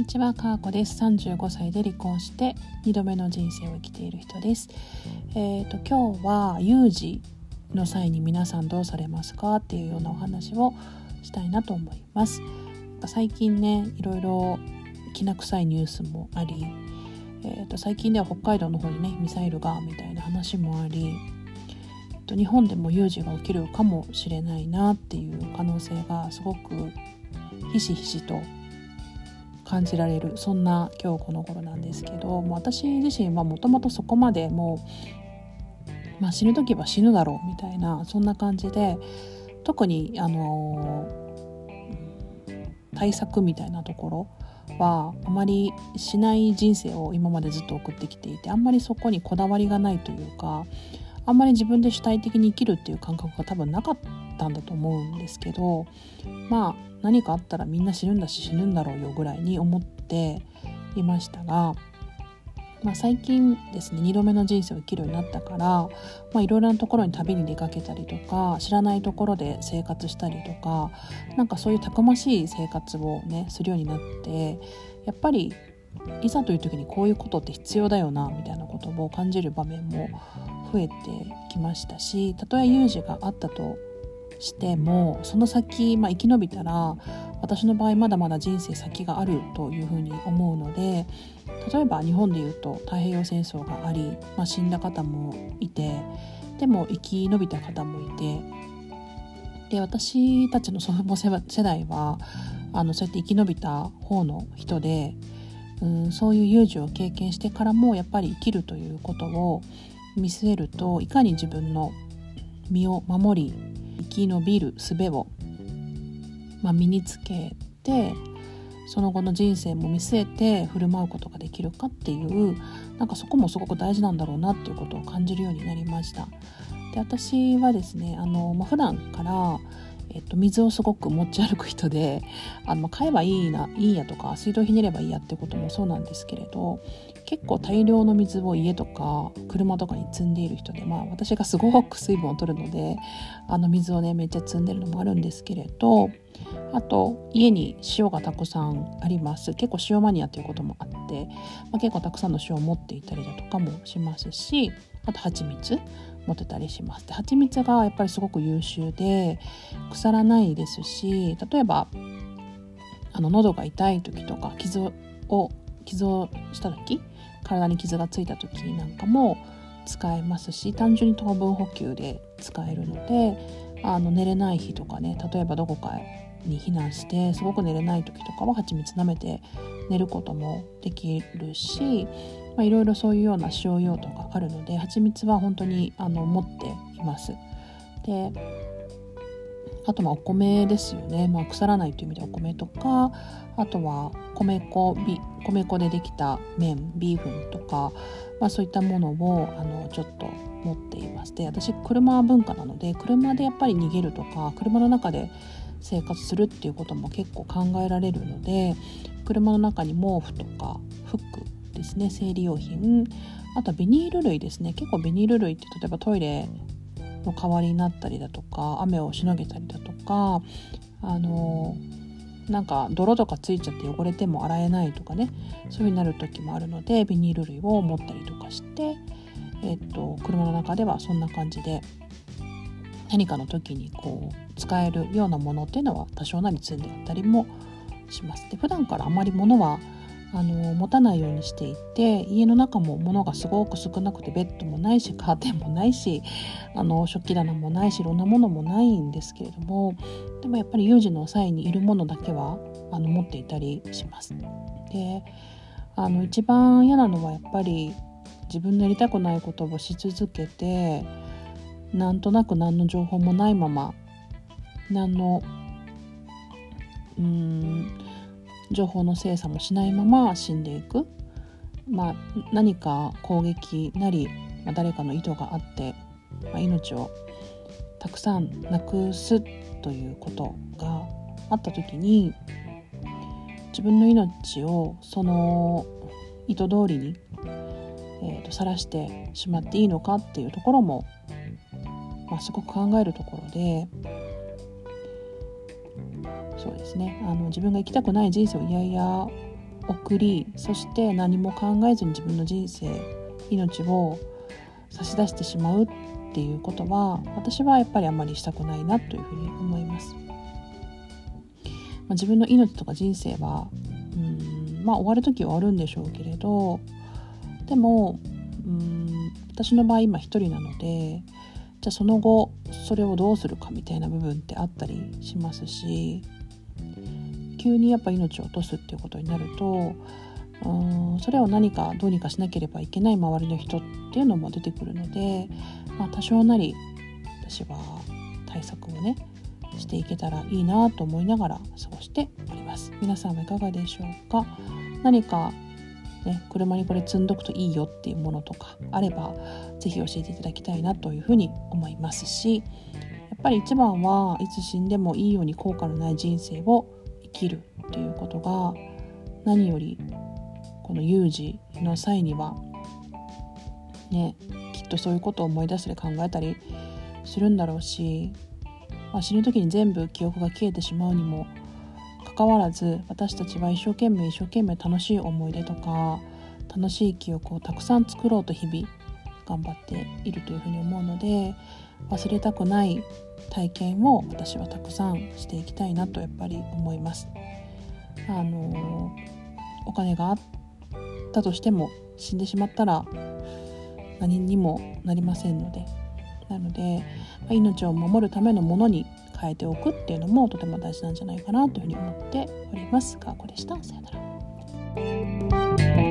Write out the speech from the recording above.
ちは、かーこです。35歳で離婚して2度目の人生を生きている人です。今日は有事の際に皆さんどうされますかっていうようなお話をしたいなと思います。最近ね、いろいろきな臭いニュースもあり、最近では北海道の方にねミサイルがみたいな話もあり、日本でも有事が起きるかもしれないなっていう可能性がすごくひしひしと感じられる、そんな今日この頃なんですけど、私自身はもともとそこまでもう、死ぬ時は死ぬだろうみたいなそんな感じで、特に対策みたいなところはあまりしない人生を今までずっと送ってきていて、あんまりそこにこだわりがないというか、あんまり自分で主体的に生きるっていう感覚が多分なかったんだと思うんですけど、何かあったらみんな死ぬんだし死ぬんだろうよぐらいに思っていましたが、最近ですね2度目の人生を生きるようになったから、いろいろなところに旅に出かけたりとか、知らないところで生活したりとか、そういうたくましい生活をねするようになって、やっぱりいざという時にこういうことって必要だよなみたいなことを感じる場面も増えてきましたし、たとえ有事があったとしてもその先、生き延びたら私の場合まだまだ人生先があるというふうに思うので、例えば日本でいうと太平洋戦争があり、死んだ方もいて、でも生き延びた方もいて、で私たちの祖父母世代はそうやって生き延びた方の人で、そういう有事を経験してからもやっぱり生きるということを見据えると、いかに自分の身を守り生き延びる術を、身につけて、その後の人生も見据えて振る舞うことができるかっていう、そこもすごく大事なんだろうなっていうことを感じるようになりました。で、私はですね普段から水をすごく持ち歩く人で、買えばいいやとか水道ひねればいいやってこともそうなんですけれど、結構大量の水を家とか車とかに積んでいる人で、私がすごく水分を取るので水をねめっちゃ積んでるのもあるんですけれど、あと家に塩がたくさんあります。結構塩マニアということもあって、結構たくさんの塩を持っていたりだとかもしますし、あと蜂蜜持ってたりします。で、蜂蜜がやっぱりすごく優秀で腐らないですし、例えば喉が痛い時とか傷をした時、体に傷がついた時なんかも使えますし、単純に糖分補給で使えるので、寝れない日とかね、例えばどこかに避難してすごく寝れない時とかは蜂蜜舐めて寝ることもできるし、いろいろそういうような使用用途があるので、蜂蜜は本当に持っています。で、あとお米ですよね、腐らないという意味でお米とか、あとは米粉でできた麺、ビーフンとか、そういったものをちょっと持っています。で、私車文化なので、車でやっぱり逃げるとか車の中で生活するっていうことも結構考えられるので、車の中に毛布とか服ですね、生理用品、あとはビニール類ですね。結構ビニール類って例えばトイレの代わりになったりだとか、雨をしのげたりだとか、泥とかついちゃって汚れても洗えないとかね、そういう風になる時もあるので、ビニール類を持ったりとかして、車の中ではそんな感じで何かの時に使えるようなものっていうのは多少なり積んであったりもします。で、普段からあまり物は持たないようにしていて、家の中も物がすごく少なくて、ベッドもないしカーテンもないし食器棚もないし、いろんなものもないんですけれども、でもやっぱり有事の際にいるものだけは持っていたりします。で、一番嫌なのはやっぱり自分のやりたくないことをし続けて、なんとなく何の情報もないまま、何の情報の精査もしないまま死んでいく。何か攻撃なり、誰かの意図があって、命をたくさんなくすということがあった時に、自分の命をその意図通りに晒してしまっていいのかっていうところも、すごく考えるところで、そうですね、自分が生きたくない人生をいやいや送り、そして何も考えずに自分の人生、命を差し出してしまうっていうことは、私はやっぱりあまりしたくないなというふうに思います。自分の命とか人生は終わる時は終わるんでしょうけれど、でも私の場合今一人なので、じゃあその後それをどうするかみたいな部分ってあったりしますし、急にやっぱ命を落とすっていうことになると、それを何かどうにかしなければいけない周りの人っていうのも出てくるので、多少なり私は対策をねしていけたらいいなと思いながら過ごしております。皆さんはいかがでしょうか。何か車にこれ積んどくといいよっていうものとかあれば、ぜひ教えていただきたいなというふうに思いますし、やっぱり一番はいつ死んでもいいように後悔のない人生を生きるということが、何よりこの有事の際にはきっとそういうことを思い出したり考えたりするんだろうし、死ぬ時に全部記憶が消えてしまうにもかかわらず、私たちは一生懸命楽しい思い出とか楽しい記憶をたくさん作ろうと日々頑張っているというふうに思うので、忘れたくない体験を私はたくさんしていきたいなとやっぱり思います。お金があったとしても死んでしまったら何にもなりませんので、命を守るためのものに変えておくっていうのもとても大事なんじゃないかなというふうに思っております。かーこでした。さよなら。